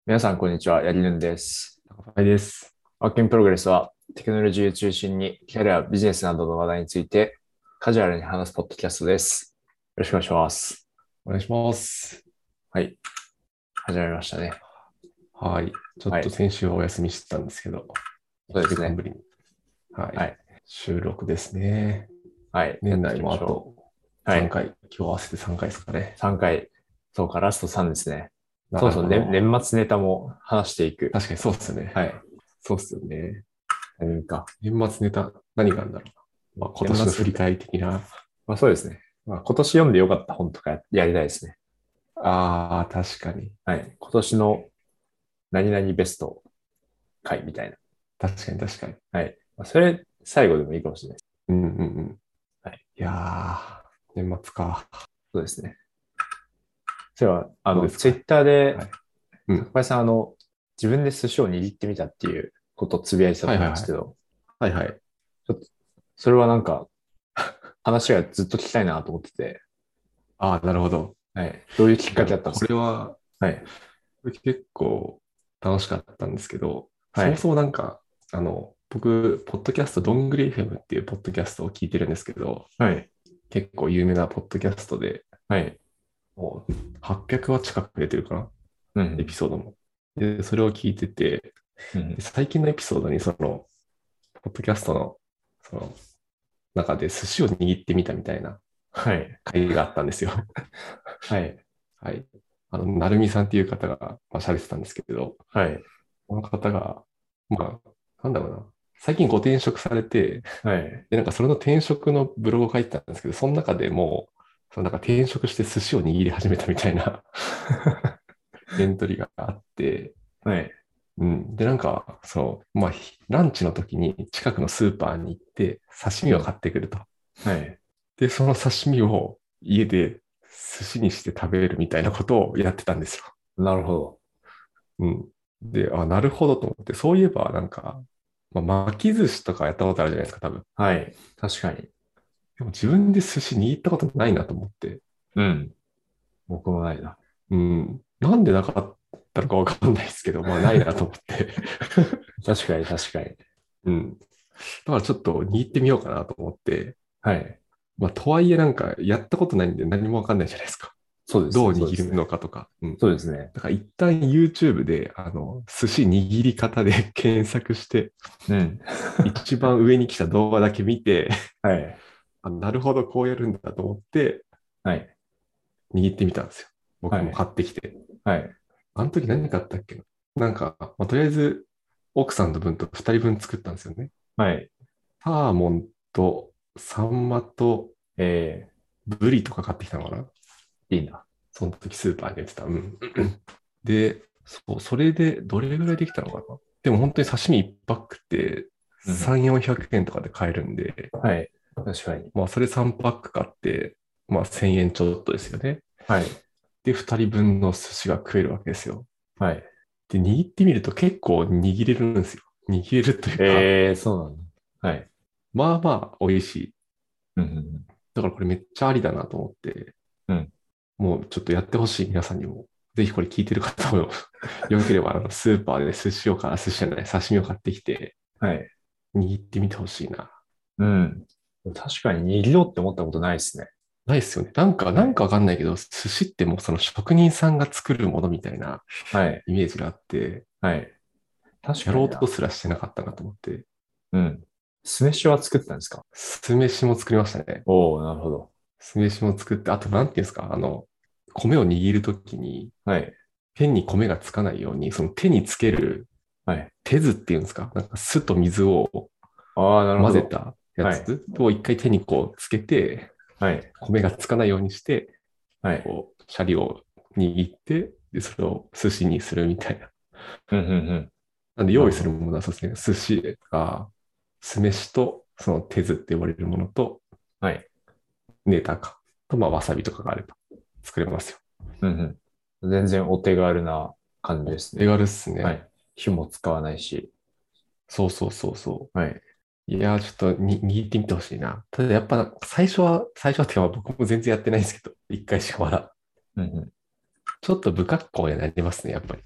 皆さん、こんにちは。やりぬんです。 はいです。 ワークインプログレスは、テクノロジーを中心に、キャリア、ビジネスなどの話題について、カジュアルに話すポッドキャストです。よろしくお願いします。 お願いします。 はい。始まりましたね。 はい。ちょっはい。 と先週はお休みしてたんですけど、1 そうですね。 週間ぶりに。はい。 はい。 収録ですね。 はい。やってい年内きましょもあとう。は 3 い。 回、今日合わせて3回ですかね。 3回。そうか、ラスト3ですね。 なるそうそう、ね、 ほど。 年末ネタも話していく。 確かにそうっすね。 はい。 そうっすよね。 タイミングか。 年末ネタ、何があるんだろうな。まあ、今年末ネタ。 年の振り返り的な。 まあそうですね。まあ今年読んでよかった本とかやりたいですね。 ああ、確かに。 はい。今年の何々ベスト回みたいな。 確かに、確かに。 はい。まあそれ、最後でもいいかもしれないです。 うんうんうん。 はい。 いやー、年末か。 そうですね。それは、ツイどうですか？ ッターで、 はい。うん。 高橋さん、自分で寿司を握ってみたっていうことをつぶやいてたと思はいはいはい。 うんですけど、 はいはい。 ちょっと、それはなんか、話がずっと聞きたいなと思ってて、 ああ、なるほど。 はい。どういうきっかいや、こけだったんですか？ れは、 はい。 結構楽しかったんですけど、そもそはい。 もなんか、僕、ポッドキャスト、どんぐり FM っていうポッドキャストを聞いてるんですけど、 はい。 結構有名なポッドキャストで、 はい。 もう800話近く出てるかな、エピうん。 ソードも。で、それを聞いてて、でうん。 最近のエピソードにポッドキャストの、その中で寿司を握ってみたみたいなはい。 会があったんですよ。 はい。 はい。なるみさんっていう方が、まあ、喋ってたんですけど、 はい。 この方が、まあ、なんだろうな。最近ご転職されて、 はい。 で、なんかそれの転職のブログを書いてたんですけど、その中でもう、そのなんか転職して寿司を握り始めたみたいなエントリーがあって、 はい。 うん。で、なんか、まあ、ランチの時に近くのスーパーに行って、刺身をうん。 買ってくると。 はい。 で、その刺身を家で寿司にして食べるみたいなことをやってたんですよ。 なるほど。 うん。で、あ、なるほどと思って、そういえばなんか、まあ、巻き寿司とかやったことあるじゃないですか、多分。 はい。確かに。 でも自分で寿司握ったことないなと思って、 うん。僕もないな。 うん。なんでなかったのかわかんないですけど、まあないなと思って確かに、確かに。 うん。だからちょっと握ってみようかなと思って、 はい。 まあとはいえなんかやったことないんで何もわかんないじゃないですか。 そうですね。そうでどう握るすね。 のかとか。うん。 そうですね。 だから一旦 YouTube で、寿司握り方で検索して、 うん。 一番上に来た動画だけ見て、 はい。 あ、なるほど、こうやるんだと思って、 はい。 握ってみたんですよ。僕もはい。 買ってきて。 はい。 あの時何買ったっけな。なんか、まあ、とりあえず、奥さんの分と2人分作ったんですよね。 はい。 サーモンと、サンマと、 えブリとか買ってきたのかな。 いいな。 その時スーパーに出てた。うん。で、そう、それでどれぐらいできたのかな。でも本当に刺身1パックってうん。 3、400円とかで買えるんで、 はい。確かに。 まあそれ3パック買って、まあ1000円ちょっとですよね。 はい。 で、2人分の寿司が食えるわけですよ。 はい。 で、握ってみると結構握れるんですよ。握れるというか、 そうなんだ。はい。 まあまあ美味しい。 うん。 だからこれめっちゃありだなと思って、 うん。うん。 もうちょっとやってほしい皆さんにも。ぜひこれ聞いてる方もよければスーパーで寿司じゃない、刺身を買ってきてはい。 握ってみてほしいな。 うん。確かに握ろうって思ったことないですね。 ないっすよね。なんか、 はい。 なんかわかんないけど、寿司ってもうその職人さんが作るものみたいなはい。 イメージがあって、 はい。確やろうとかにな。 すらしてなかったなと思って、 うん。酢飯は作ったんですか？ 酢飯も作りましたね。 おおー、なるほど。 酢飯も作って、あとなんていうんですか、米を握るときに、 はい。 ペンに米がつかないように、その手につけるはい。 手酢っていうんですか、なんか酢と水をああ、なるほど。 混ぜたやはい。 つを一回手にこうつけて、 はい。 米がつかないようにして、 はい。 こう、シャリを握って、で、それを寿司にするみたいな。 うん、うん、うん。 なんで用意するなるほど。 ものはそうですね、寿司が、酢飯と、その手酢って呼ばれるものと、 はい。 ネタか、と、まあ、わさびとかがあれば作れますよ。 うん、うん。全然お手軽な感じですね。 手軽っすね。 はい。火も使わないし。 そうそうそうそう。 はい。 いやー、ちょっと握ってみてほしいな。ただやっぱ、最初はっていうか僕も全然やってないんですけど、一回しかまだ。 うん、うん。 ちょっと不格好になりますね、やっぱり。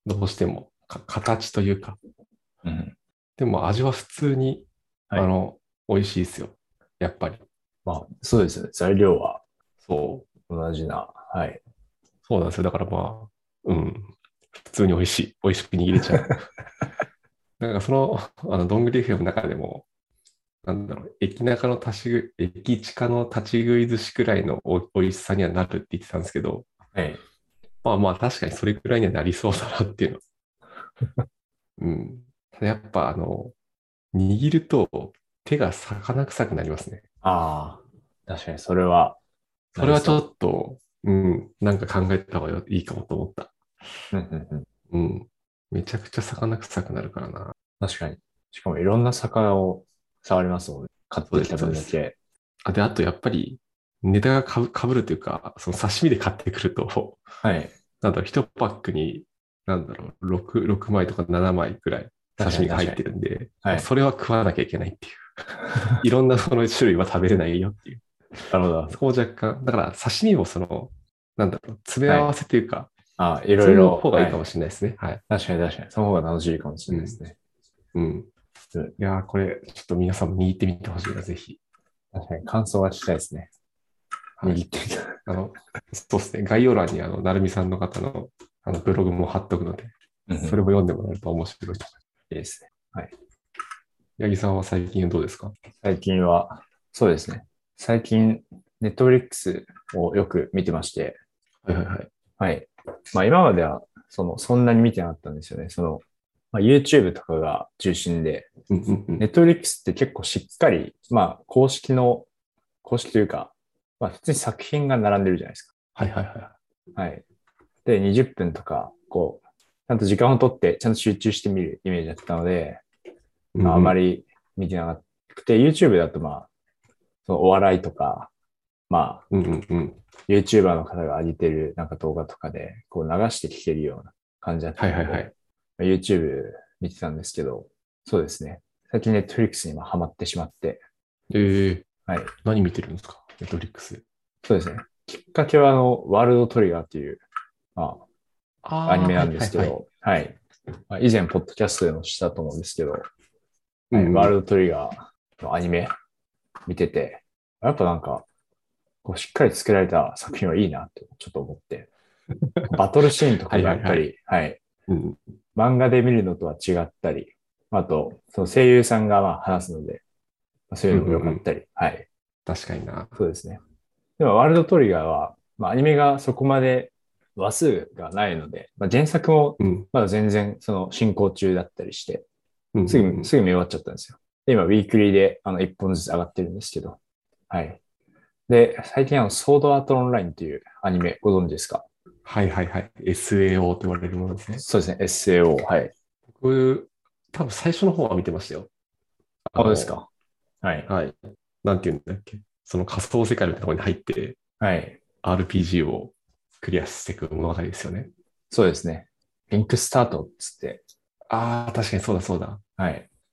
どうしても形というか。 うん。 でも味は普通に、 はい。 美味しいですよ。やっぱり。 まあ、そうですね。材料はそう。 同じな。はい。 そうなんですよ。だからまあ、うん。普通に美味しい。美味しく握れちゃう。なんかどんぐり FM の中でも、なんだろう、駅近の立ち食い寿司くらいの美味しさにはなるって言ってたんですけど、 はい。 まあまあ確かにそれくらいにはなりそうだなっていうの。うん。ただやっぱ握ると手が魚臭くなりますね。 ああ、確かにそれはなそれはちょりそっと、うん、なんか考えた方がいいかもと思った。 う。うんうんうん。 うん。めちゃくちゃ魚臭くなるからな。 確かに。しかもいろんな魚を触りますもんね。買っそうです、 てきたそうです。 分だけ。 あとやっぱり、値段がかぶるというか、その刺身で買ってくると、 はい。 なんだろう、1パックに、なんだろう、6枚とか7枚くらい確か刺身が入ってに確かに。 るんで、 はい。 それは食わなきゃいけないっていう。いろんなその種類は食べれないよっていう。 なるほど。 そこも若干、だから刺身もなんだろう、詰めはい。 合わせというか、 ああ、いろそういういろ。 方がいいかもはい。 しれないですね。はい。 確かに確かに。その方が楽しいかもしうん。 れないですね。 うん。 うん。 いやー、これ、ちょっと皆さんも握ってみてほしいな、ぜひ。 確かに感想が聞きたいですね。 はい。 握ってみた。 そうですね。概要欄に、なるみさんの方の、ブログも貼っとくので、 うんうん。 それも読んでもらえると面白いと思います。 いいですね。はい。 八木さんは最近どうですか？ 最近は、そうですね。最近、ネットフリックスをよく見てまして、 はいはいはい。 はい。まあ今までは、そんなに見てなかったんですよね。まあ、YouTube とかが中心で、 うんうんうん。 ネットフリックスって結構しっかり、まあ公式というか、まあ普通に作品が並んでるじゃないですはいはいはか。はい。で、20分とか、こう、ちゃんと時間をとって、ちゃんと集中して見るイメージだったので、 い。うんまあ、あうん。 まり見てなくて、YouTube だとまあ、そのお笑いとか、まあ、 うんうんうん。 YouTuber の方が上げてるなんか動画とかで、こう流して聞けるような感じだったので、 はいはいはい。 まあ YouTube 見てたんですけど、そうですね。最近 Netflix にもハマってしまって、はい。 何見てるんですかネットフリックス？ そうですね。きっかけはワールドトリガーっていう、まあ、アニああー、はいメなんではいはい。 すけど、はい。まあ、以前、ポッドキャストでもしたと思うんですけど、はい。 うんうん。 ワールドトリガーのアニメ見てて、やっぱなんか、こうしっかり作られた作品はいいなってちょっと思って、バトルシーンとかはいはいはい。 がやっぱり、はい。 うん。 漫画で見るのとは違ったり、あと、その声優さんがまあ話すので、まあそういうのもうんうんうん。 良かったり、はい。 確かにな。 そうですね。でも、ワールドトリガーは、まあ、アニメがそこまで話数がないので、まあ、原作もうん。 まだ全然その進行中だったりして、 うんうんうん。 すぐ見終わっちゃったんですよ。で、今、ウィークリーで1本ずつ上がってるんですけど、はい。で、最近ソードアートオンラインというアニメご存知ですか？ はいはいはい。SAO と言われるものですね。 そうですね、SAO。はい。 僕、多分最初の方は見てましたよ。あ本当ですの、 か？はい。 はい。なんて言うんだっけ。その仮想世界のところに入ってはい。 RPG をクリアしていく物語ですよね。 そうですね。リンクスタートっつって、 ああ、確かにそうだそうだ。 はい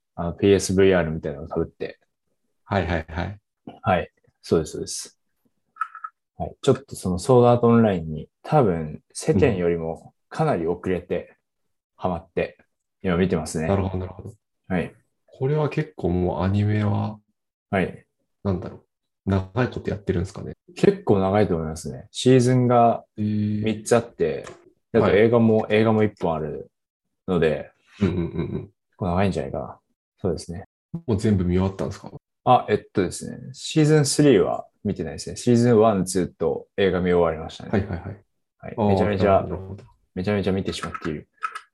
。PSVR みたいなのを被って、 はいはいはい。 はい。そうです、そうです。はい。ちょっとそのソードアートオンラインに多分世間うん。 よりもかなり遅れてハマって今見てますね。 なるほどなるほど。 はい。 これは結構もうアニメは、 はい。 なんだろう。長いことやってるんですかね。 結構長いと思いますね。シーズンが3 ー、 つあって、あとはい。 映画も1本あるので、 うんうんうん結構長いんじゃないかな。そうですね。 うん。もう全部見終わったんですか？ ですね。シーズン3は見てないですね。シーズン1、2と映画見終わりましたね。 はいはいはい。 はい。 ああ、なるほどなるほど。 めちゃめちゃ見てしまっている。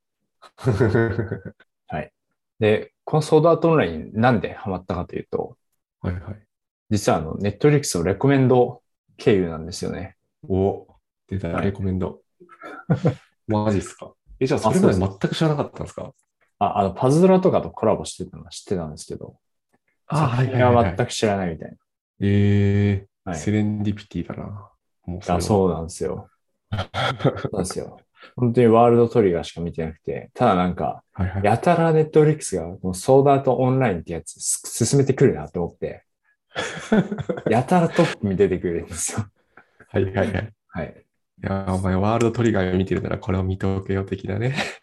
はい。で、このソードアートオンラインなんでハマったかというと、 はいはい。 実はネットフリックスのレコメンド経由なんですよね。 お、出た、レはい。 コメンド。マジっすか？じゃあそあ、 れまでそうです。 全く知らなかったんですか？ パズドラとかとコラボしてたのは知ってたんですけど、 ああ、 作はいは品はいはいはい。 全く知らないみたいセな。はい。 レンディピティだな。もうそあ、 れは。 そうなんですよ。そうなんですよ。本当にワールドトリガーしか見てなくて、ただなんか、 はいはい。 やたらネットフリックスがもうソードアートオンラインってやつ進めてくるなと思って、やたらトップに出てくるんですよ。 はいはいはい。 はい。 いやー、お前ワールドトリガーを見てるならこれを見とけよ的なね。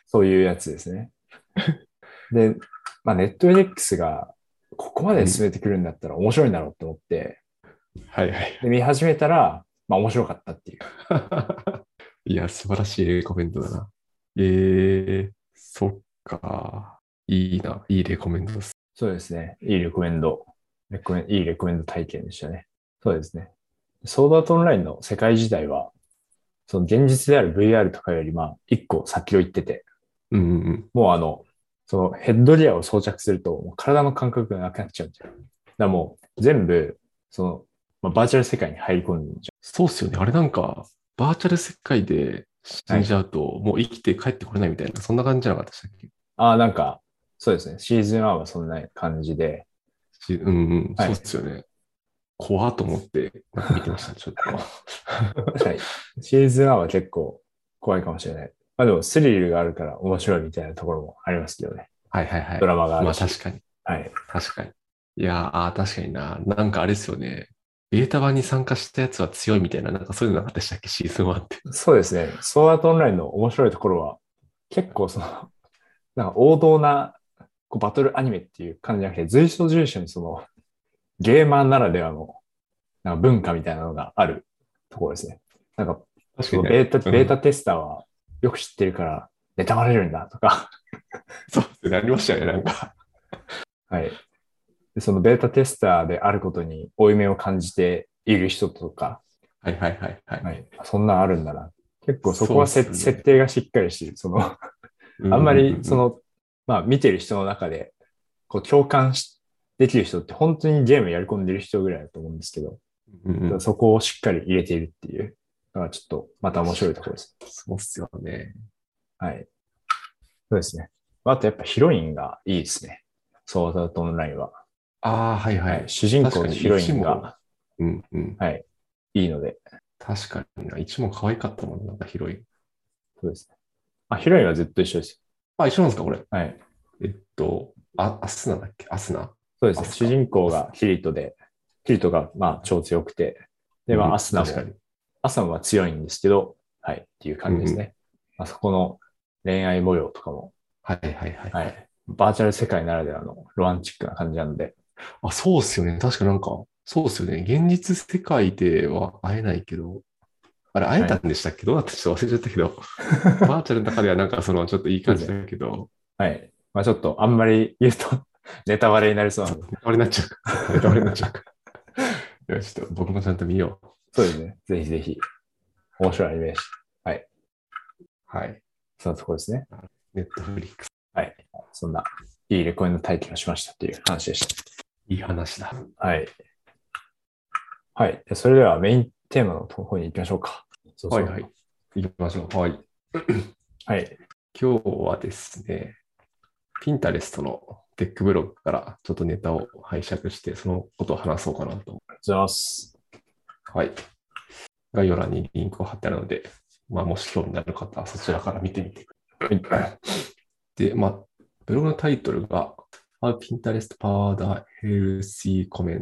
そういうやつですね。で、まあ、ネットフリックスがここまで進めてくるんだったら面白いんだろうと思って、 はいはい。 で、見始めたら、まあ面白かったっていう。 いや、素晴らしいコメントだな。そっか。いいな。いいレコメントです。 そうですね。いいレコメンド。いいレコメンド体験でしたね。そうですね。ソードアートオンラインの世界自体は、その現実である VR とかよりまあ一個先を行ってて、 うんうんうん。 もうそのヘッドギアを装着するともう体の感覚がなくなっちゃうんじゃん。だからもう全部、その、まあ、バーチャル世界に入り込んじそうっすよね。あれなんか、バーチャル世界でゃう。はい。 死んじゃうと、もう生きて帰ってこれないみたいな、そんな感じじゃなかったでしたっけ？ ああ、なんか、そうですね。シーズン1はそんな感じで、 うんうん、そうっはい。 すよね。怖っと思って、なんか見てました、ちょっと。 確かに、シーズン1は結構怖いかもしれない。まあでもスリルがあるから面白いみたいなところもありますけどね。 はいはいはい。 ドラマがあまるし。 あ確かに。 はい。 確かに。いやー、確かにな。なんかあれですよね。ベータ版に参加したやつは強いみたいな、なんかそういうのなかったでしたっけ、シーズン1って。 そうですね。ソードアートオンラインの面白いところは、結構なんか王道なバトルアニメっていう感じじゃなくて、随所随所にゲーマーならではのなんか文化みたいなのがあるところですね。なんか、そ確かにね。 のベータうん。 テスターはよく知ってるから妬まれるんだとか、 そうですね。ありましたよね、なんか。 はい。でそのベータテスターであることに負い目を感じている人とか、 はいはいはいはい。 はい。そんなんあるんだな。結構そこそうっはすね。 設定がしっかりしてる。あんまうんうんうんうん。 りまあ見てる人の中で、共感できる人って本当にゲームやり込んでる人ぐらいだと思うんですけど、 うんうん。 そこをしっかり入れているっていうのがちょっとまた面白いところです。 そうっすよね。 はい。そうですね。あとやっぱヒロインがいいですね。ソードアートオンラインは。 ああ、はいははい。 い。 主人確かに公とヒロイ 1も、 ンが、 うんうん。 はい、いいので。 確かにな。1も可愛かったもんな、なんかヒロイン。 そうですね。あ、ヒロインはずっと一緒です。 あ、一緒なんですか、これ。 はい。 アスナだっけ？アスナ？ そうですね。主アスカ？ 人公がアスナ。 キリトで、キリトがまあ超強くて、で、まあうん、確かに。 アスナもは強いんですけど、はい、っていううんうん。 感じですね。まあそこの恋愛模様とかも、 はいはいはいはい。 はい。バーチャル世界ならではのロマンチックな感じなので、 あ、そうっすよね。確かなんか、そうっすよね。現実世界では会えないけど、あれ会えはい。 たんでしたっけ？どうだったかちょっと忘れちゃったけど、バーチャルの中ではなんかちょっといい感じそうですね。 だけど、 はい。まあちょっとあんまり言うとネタバレになりそうなそう、 ので。 ネタバレになっちゃうか。そう、ネタバレになっちゃうか。いや、ちょっと僕もちゃんと見よう。 そうですね。ぜひぜひ、面白いアニメでした。はい。 はい。 そのところですね。 ネットフリックス。 はい。そんな、いいレコメンド体験をしましたっていう話でしいい話だ。 た。はい。はい。それではメインテーマの方に行きましょうか。そうそう。 はいはい。行きましょう。はい。 はい。 今日はですね、ピンタレストのテックブログからちょっとネタを拝借して、そのことを話そうかなと。 ありがとうございます。 はい。概要欄にリンクを貼ってあるので、まあ、もし興味のある方はそちらから見てみてくはい。 ださい。で、まあ、ブログのタイトルが How Pinterest Powered Healthy Comment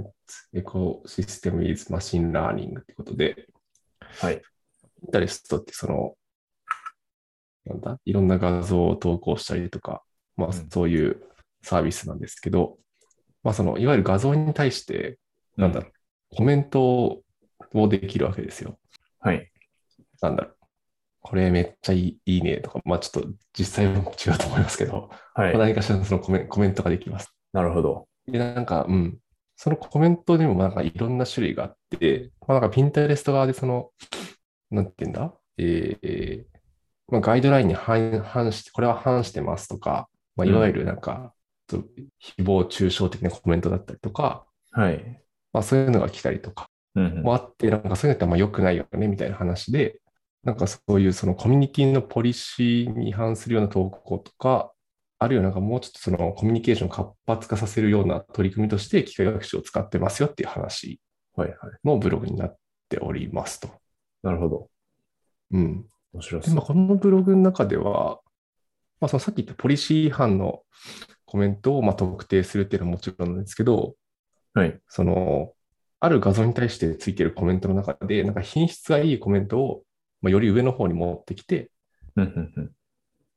Ecosystem with Machine Learning ということで、 はい。 Pinterest っていろんな画像を投稿したりとか、まあ、 うん。 そういうサービスなんですけど、まあ、いわゆる画像に対して、 うん。 コメントをできるわけですよ。 はい。 なんだろう、これめっちゃいいねとか、まあちょっと実際は違うと思いますけど、まあ、 はい。 何かしらのコメントができます。 なるほど。 で、そのコメントにもなんかいろんな種類があって、まあなんか Pinterest 側でなんて言うんだまあ、ガイドラインに反して、これは反してますとか、まあ、いわゆうん。 るなんか、誹謗中傷的なコメントだったりとか、 はい。 まあそういうのが来たりとかうん。 もあって、なんかそういうのってまあ良くないよねみたいな話で、なんかそういうそのコミュニティのポリシーに違反するような投稿とか、あるいはなんかもうちょっとそのコミュニケーションを活発化させるような取り組みとして機械学習を使ってますよっていう話はい。はい。 のブログになっておりますと。 なるほど。 うん。で、まあ、 面白そこのブログの中では、まあ、そのさっき言ったポリシー違反のコメントをまあ特定するっていうのはもちろんなんですけど、 う。はい。 その、ある画像に対してついているコメントの中で、なんか品質がいいコメントを、まあ、より上の方に持ってきて、 うん。うん。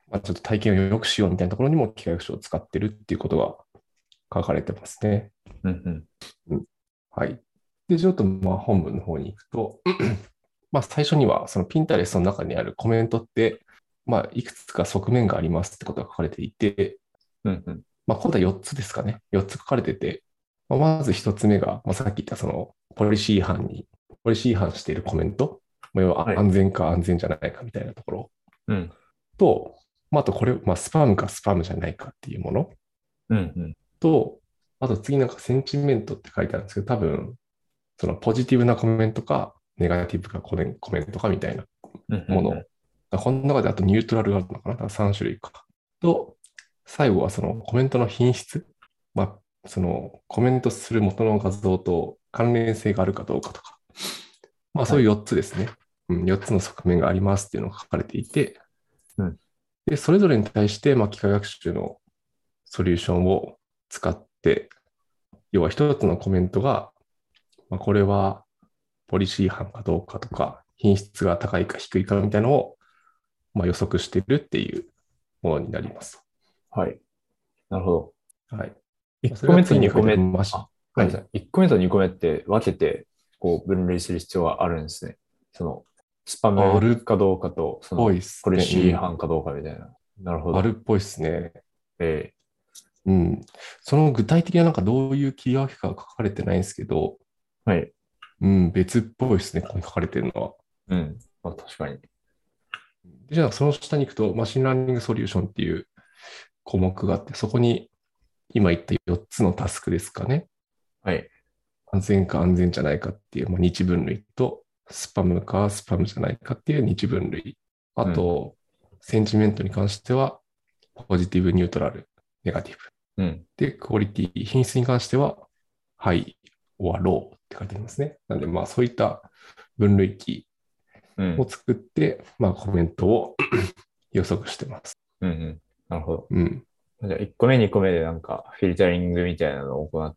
まあ、ちょっと体験を良くしようみたいなところにも機械学習を使ってるっていうことが書かれてますね。 うんうん。はい。で、ちょっとまあ本文の方に行くと、まあ最初にはその Pinterest の中にあるコメントって、まあいくつか側面がありますってことが書かれていて、 うんうん。 まあ今度は4つですかね。4つ書かれてて、まあまず1つ目が、まあ、さっき言ったそのポリシー違反しているコメント、まあ要ははい。 安全か安全じゃないかみたいなところうん。 と、まああとこれ、まあスパムかスパムじゃないかっていうものうんうん。 と、あと次なんかセンチメントって書いてあるんですけど、多分そのポジティブなコメントか、ネガティブなコメントかみたいなうんうんうん。 もの。この中であとニュートラルがあるのかな？ 3 種類か。と、最後はそのコメントの品質。まあ、そのコメントする元の画像と関連性があるかどうかとか。まあ、そはい。 ういう4つですね。4つの側面がありますっていうのが書かれていて、 うん。 で、それぞれに対して、まあ、機械学習のソリューションを使って、要は一つのコメントが、まあ、これはポリシー違反かどうかとか、品質が高いか低いかみたいなのを、まあ、予測しているっていうものになります。 はい。なるほど。 はい。 1 それが個目と2 次に書いてある個目、あ、ごはい。 めんなさい。1個目と2個目って分けて、こう、分類する必要があるんですね。その、スパムあるっかどうかと、そぽいの、ポリっすね。うシー違ん。 反かどうかみたいな。なるほど。 あるっぽいっすね。 えうん。その具体的ななんかどういう切り分けかは書かれてないんですけど、 はい。 うん、別っぽいですね。ここに書かれてるのは。 うん。まあ、確かに。 でじゃあ、その下に行くと、マシンラーニングソリューションっていう項目があって、そこに今言った4つのタスクですかね。 はい。 安全か安全じゃないかっていう、まあ、日分類と、スパムかスパムじゃないかっていう日分類。あうん。 と、センチメントに関しては、ポジティブ、ニュートラル、ネガティブ。 うん。 で、クオリティ、品質に関しては、ハイ、オア、ローって書いてありますね。なので、まあ、そういった分類器うん。 を作って、まあ、コメントを予測してます。 うん。うん。なるほど。 うん。 じゃあ、1個目、2個目でなんか、フィルタリングみたいなのを行って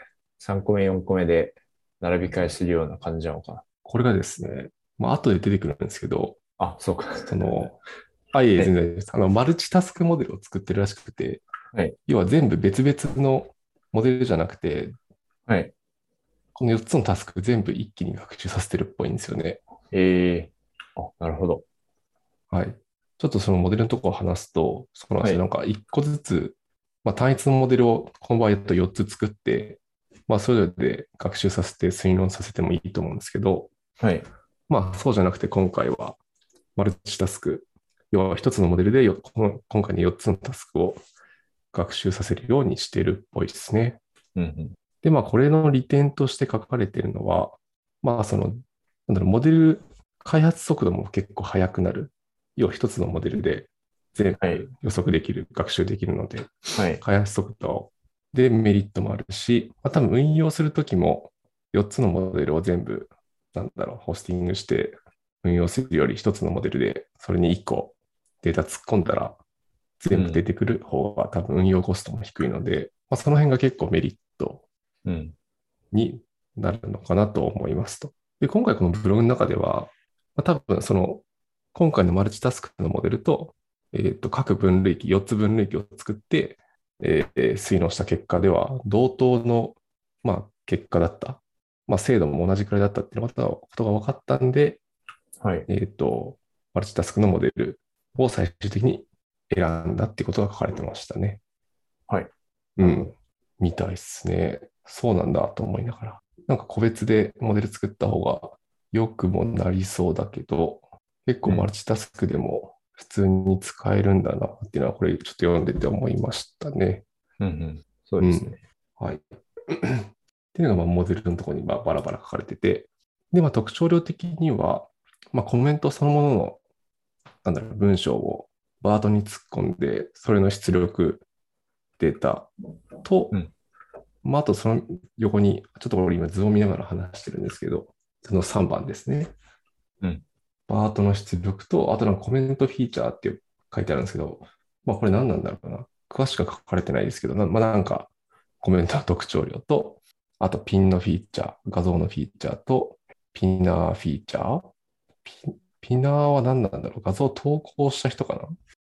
、3個目、4個目で並び替えするような感じなのかな。 これがですね、まあ、後で出てくるんですけど、 あ、そうか。 その、いえいえ、全はい。 然です。マルチタスクモデルを作ってるらしくて、 はい。 要は全部別々のモデルじゃなくて、 はい。 この4つのタスク全部一気に学習させてるっぽいんですよね。 ええあ、なるほど。 はい。ちょっとそのモデルのところを話すと、そうなんですよ。なはい。 んか1個ずつ、まあ、単一のモデルをこの場合だと4つ作って、まあ、それぞれで学習させて推論させてもいいと思うんですけど、 はい。 まあ、そうじゃなくて今回はマルチタスク、要は1つのモデルで今回の4つのタスクを学習させるようにしているっぽいですね。 うん。 で、まあ、これの利点として書かれているのは、まあ、その、なんだろう、モデル開発速度も結構速くなる。要は一つのモデルで全はい。 部予測できる、学習できるので、 はい。 開発速度でメリットもあるし、まあ、多分運用するときも4つのモデルを全部、なんだろう、ホスティングして運用するより1つのモデルで、それに1個データ突っ込んだら全部出うん。 てくる方が多分運用コストも低いので、まあ、その辺が結構メリットうん。 になるのかなと思いますと。で、今回このブログの中では、まあ、多分その、今回のマルチタスクのモデルと、各分類器、4つ分類器を作って、推論した結果では、同等の、まあ、結果だった。まあ、精度も同じくらいだったっていうことが分かったんで、 はい。 マルチタスクのモデルを最終的に選んだっていうことが書かれてましたね。 はい。なるほど。 うん。みたいですね。そうなんだと思いながら。なんか個別でモデル作った方が良くもなりそうだけど、結構うん。 マルチタスクでも普通に使えるんだなっていうのは、これちょっと読んでて思いましたね。 うん。うん。そううん。 ですね。 はい。っていうのがまあモデルのところにまあバラバラ書かれてて、で、まあ特徴量的には、まあコメントそのものの、なんだろう、文章をバートに突っ込んで、それの出力データと、 うん。 まあ、あとその横に、ちょっと俺今図を見ながら話してるんですけど、その3番ですね。 うん。 パートの出力と、あとなんかコメントフィーチャーって書いてあるんですけど、まあこれ何なんだろうな。詳しくは書かれてないですけど、まあなんかコメントの特徴量と、あとピンのフィーチャー、画像のフィーチャーと、ピナーフィーチャーピナーは何なんだろう。画像を投稿した人かな。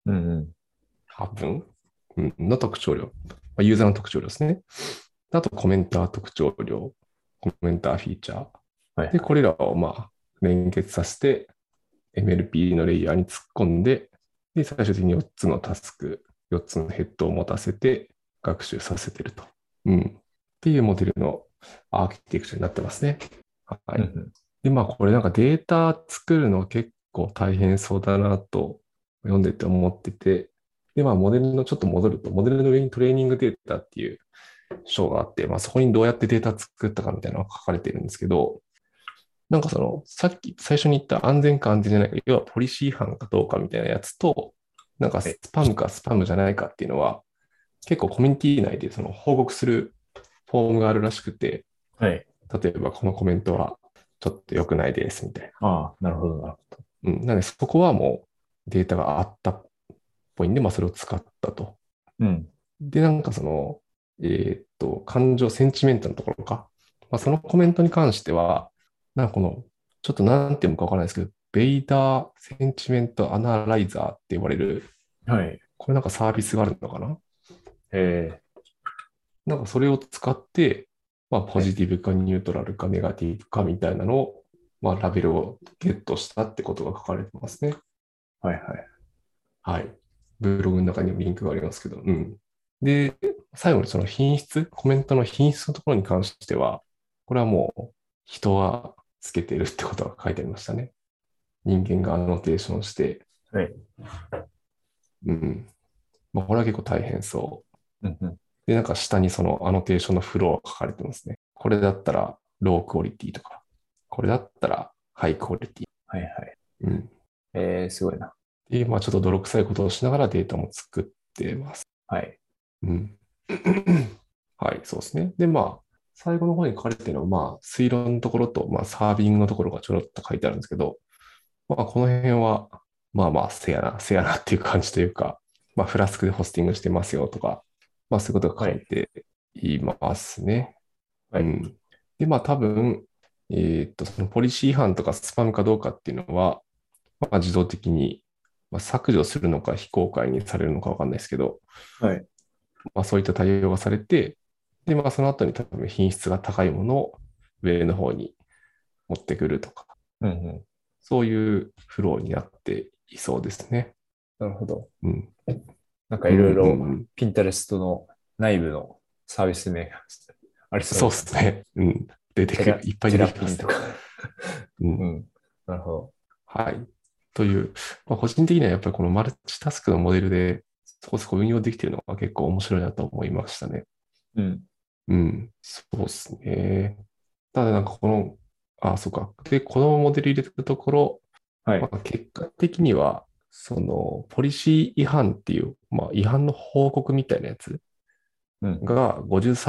うんうん。 多分、の特徴量。ユーザーの特徴量ですね。あと、コメンター特徴量、コメンターフィーチャー。で、 はいはい。 これらを連結させて、MLP のレイヤーに突っ込んで、で、最終的に4つのタスク、4つのヘッドを持たせて学習させてると。っていうモデルのアーキテクチャになってますね。はい。 うんうん。 で、これなんかデータ作るの結構大変そうだなと読んでて思ってて、で、モデルのちょっと戻ると、モデルの上にトレーニングデータっていう章があって、そこにどうやってデータ作ったかみたいなのが書かれてるんですけど、なんかさっき最初に言った安全か安全じゃないか、要はポリシー違反かどうかみたいなやつと、なんかはい。 スパムかスパムじゃないかっていうのは、結構コミュニティ内でその報告するフォームがあるらしくて、 はい。 例えばこのコメントはちょっと良くないですみたいああ、なるほど、なるほど。 な。なのでそこはもうデータがあったっぽいんで、それを使ったと。 うん。 で、なんか感情、センチメントのところか。そのコメントに関しては、なんかちょっとなんていうのかわからないですけど、ベイダーセンチメントアナライザーって呼ばれる、 はい。 これなんかサービスがあるのかな。 えなんかそれを使って、ポはい。 ジティブかニュートラルかネガティブかみたいなのを、ラベルをゲットしたってことが書かれてますね。 はいはい。 はい。ブログの中にもリンクがありますけど、で、最後にその品質、コメントの品質のところに関しては、これはもう人はつけているってことが書いてありましたね。人間がアノテーションして、 はい。 うん。これは結構大変そう。 うんうん。 で、なんか下にそのアノテーションのフローが書かれてますね。これだったらロークオリティとか、これだったらハイクオリティ。 はいはい。 うん。 すごいな。 で、ちょっと泥臭いことをしながらデータも作ってます。 はい。 うん。はい、そうですね。で、最後の方に書かれているのは、推論のところと、サービングのところがちょろっと書いてあるんですけど、この辺は、せやなっていう感じというか、フラスクでホスティングしてますよとか、そういうことがはい。 書いていますね。 はい。 うん。で、多分、そのポリシー違反とかスパムかどうかっていうのは、自動的に、削除するのか非公開にされるのかわかんないですけど、 はい。 そういった対応がされて、で、その後に多分品質が高いものを上の方に持ってくるとか、 うんうん。 そういうフローになっていそうですね。 なるほど。 うん。 なんかいうんろいろ、 うんうん。 ピンタレストの内部のサービス名がありそうそうでですね。 すね。うん。出てくる。いっぱいテ出てきます。 ラピンとか。 ううん。 ん。なるほど。 はい。という、個人的にはやっぱりこのマルチタスクのモデルでそこそこ運用できているのが結構面白いなと思いましたね。 うん。 うん。そうですね。ただなんかそうか。で、このモデル入れたところ、 はい。 結果的には、ポリシー違反っていう、違反の報告みたいなやつうん。 が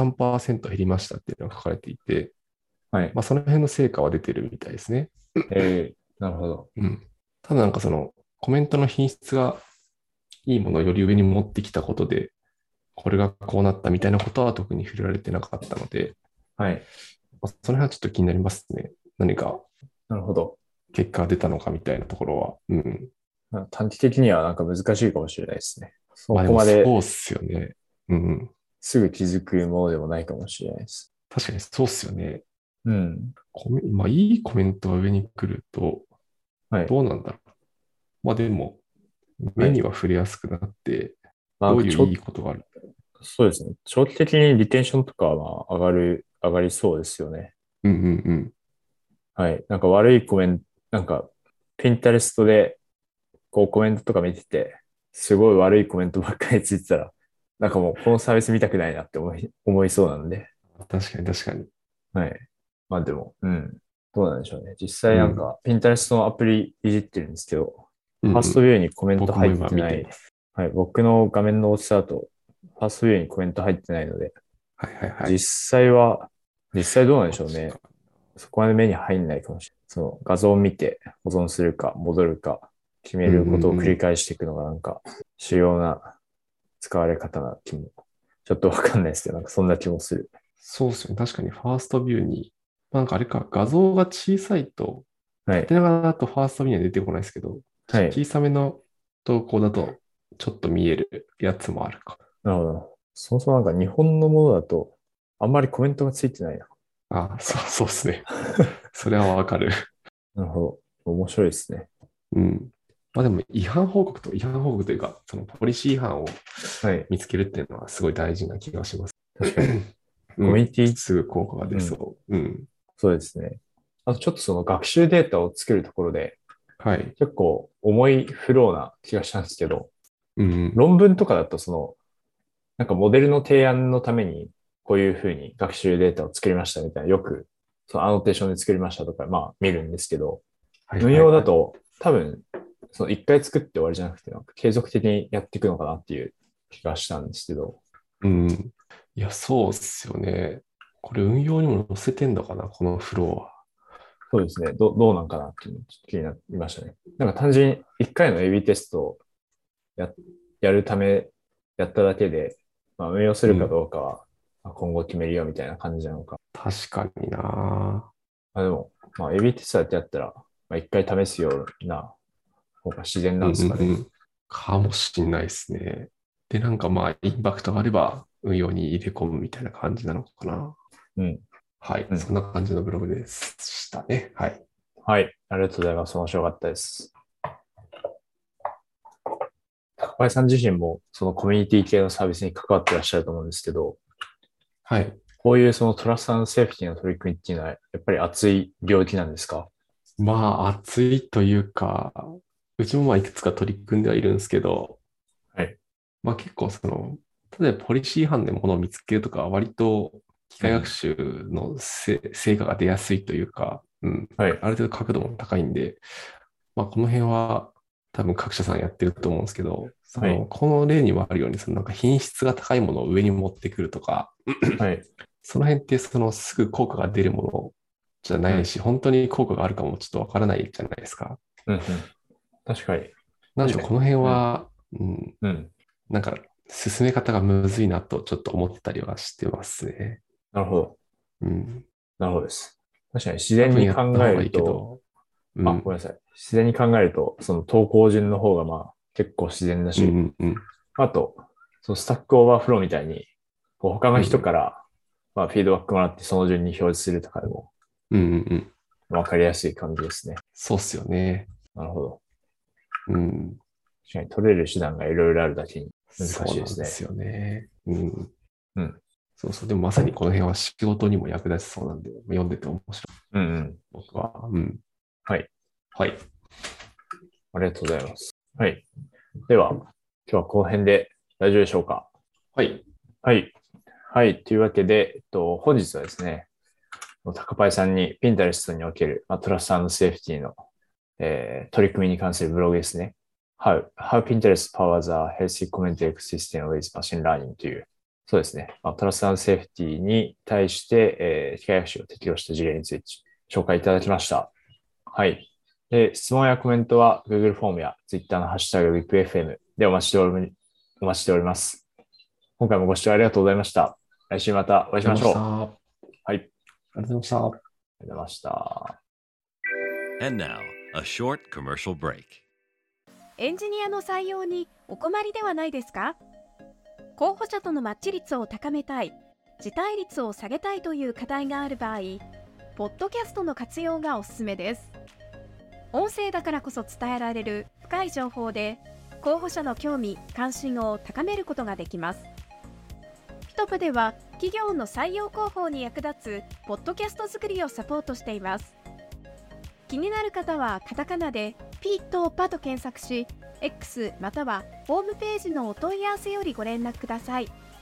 53%減りましたっていうのが書かれていて、 はい。 その辺の成果は出てるみたいですね。 なるほど。 うん。ただなんかコメントの品質がいいものをより上に持ってきたことで、これがこうなったみたいなことは特に触れられてなかったので、 はい。 その辺はちょっと気になりますね。何かなるほど。 結果が出たのかみたいなところは。うん。 短期的にはなんか難しいかもしれないですね。そでもこまでそうっすよね。うん。 すぐ気づくものでもないかもしれないです。 確かにそうっすよね。 うん。 いいコメントが上に来ると、 はい。 どうなんだろう。でも、 はい。 目には触れやすくなって、 まあ、 どういういいことがある。 そうですね。長期的にリテンションとかは上がりそうですよね。 うんうんうん。 はい。なんか悪いコメント、なんか、ピンタレストで、こうコメントとか見てて、すごい悪いコメントばっかりついてたら、なんかもうこのサービス見たくないなって思いそうなんで。 確かに確かに。 はい。まあでも、うん。どうなんでしょうね。実際うん。 なんか、ピンタレストのアプリいじってるんですけど、 うんうん。 ファーストビューにコメント入っ僕も今てない。 見てます。 はい。僕の画面の大きさだと、ファーストビューにコメント入ってないので、 はいはいはい。 実際は、実際どうなんでしょうね。 確かそこまで目に入んないかもしれない。その画像を見て保存するか戻るか決めうんることを繰りうんうん。 返していくのがなんか主要な使われ方な気も、ちょっとわかんないですけど、なんかそんな気もする。 そうっすよね。確かにファーストビューに、なんかあれか、画像が小さいと、 はい。 縦長だとファーストビューには出てこないですけど、 はい。 小さめの投稿だとちょっと見えるやつもあるか。 なるほど。そもそもなんか日本のものだと、あんまりコメントがついてないな。 あ、そうですね。それはわかる。 なるほど。面白いですね。 うん。まあでも違反報告というか、そのポリシー違反をはい。 見つけるっていうのはすごい大事な気がします。 確かに。 うん。 コミュニティ、 すぐ効果が出そう。うん。 そうですね。あとちょっとその学習データを作るところで、 はい。 結構重いフローな気がしたんですけど、 うん。 論文とかだとなんかモデルの提案のために、こういうふうに学習データを作りましたみたいな、よく、そのアノテーションで作りましたとか、まあ見るんですけど、運はいはいはい。 用だと多分、その一回作って終わりじゃなくて、なんか継続的にやっていくのかなっていう気がしたんですけど、 うん。いや、そうっすよね。これ運用にも載せてんのかな、このフローは。 そうですね。どうなんかなっていうのちょっと気になりましたね。なんか単純に一回の AB テストをや、やるため、やっただけで、まあ運用するかうん。 どうかは、まあ今後決めるよみたいな感じなのか。 確かにな。 まあでも、まあ AB テストやってやったら、まあ一回試すような方が自然うんなんですかね。 うんうん。かもしんないですね。で、なんかまあ、インパクトがあれば運用に入れ込むみたいな感じなのかな。 うん。 はい。 うん。 そんな感じのブログでしたね。はい。 はい。ありがとうございます。面白かったです。高林さん自身もそのコミュニティ系のサービスに関わっていらっしゃると思うんですけど、 はい。 こういうそのトラスト&セーフティの取り組みっていうのは、やっぱり熱い領域なんですか？ まあ、熱いというか、うちもまあいくつか取り組んではいるんですけど、 はい。 まあ結構例えばポリシー違反でものを見つけるとかは割と機械学うん。 習の成果が出やすいというか、うん、 はい。 ある程度角度も高いんで、まあこの辺は多分各社さんやってると思うんですけど、 はい。 この例にもあるように、なんか品質が高いものを上に持ってくるとか、 はい。 その辺ってすぐ効果が出るものじゃうん。 ないし、本当に効果があるかもちょっとわからないじゃないですか。 うん。うん。確かに。確かに。 なんでこの辺うん。 は、うん、 うん。 なんか進め方がむずいなとちょっと思ってたりはしてますね。 なるほど。 うん。 なるほどです。確かに自多分然に考えやった方がいいけると、 ど、うあ、ごめんん。 なさい。自然に考えると、その投稿順の方がまあ結構自然だうんし、 うんうん。 あと、そのスタックオーバーフローみたいに、こう他の人うんからまあフィードバックもらってその順に表示するとかでもうんうんうん。 わかりやすい感じですね。 そうっすよね。 なるほど。 うん。 確かに取れる手段がいろいろあるだけに難しいですね。 そうなんですよね。うん。 うん。 そうそう。でもまさにこの辺は仕事にも役立ちそうなんで、読んでて面白い。 うんうん。 僕は。うん。 はい。 はい。 ありがとうございます。はい。では、今日はこの辺で大丈夫でしょうか？ はい。 はい。はい。というわけで、本日はですね、高パイさんに Pinterest における、トラスト&セーフティの、取り組みに関するブログですね。How Pinterest powers a healthy comment ecosystem with machine learning という、そうですね。トラスト&セーフティに対して、機械学習を適用した事例について紹介いただきました。はい。で、質問やコメントは Google フォームや Twitter のハッシュタグ WIPFM でお待ちしております。今回もご視聴ありがとうございました。来週またお会いしましありがとうございました。 ょう。はい。ありありがとうございました。 がとうございました。 And now, a short commercial break. エンジニアの採用にお困りではないですか？候補者とのマッチ率を高めたい、辞退率を下げたいという課題がある場合、ポッドキャストの活用がおすすめです。音声だからこそ伝えられる深い情報で、候補者の興味・関心を高めることができます。ピトプでは企業の採用広報に役立つポッドキャスト作りをサポートしています。気になる方はカタカナでピとパと検索し、X またはホームページのお問い合わせよりご連絡ください。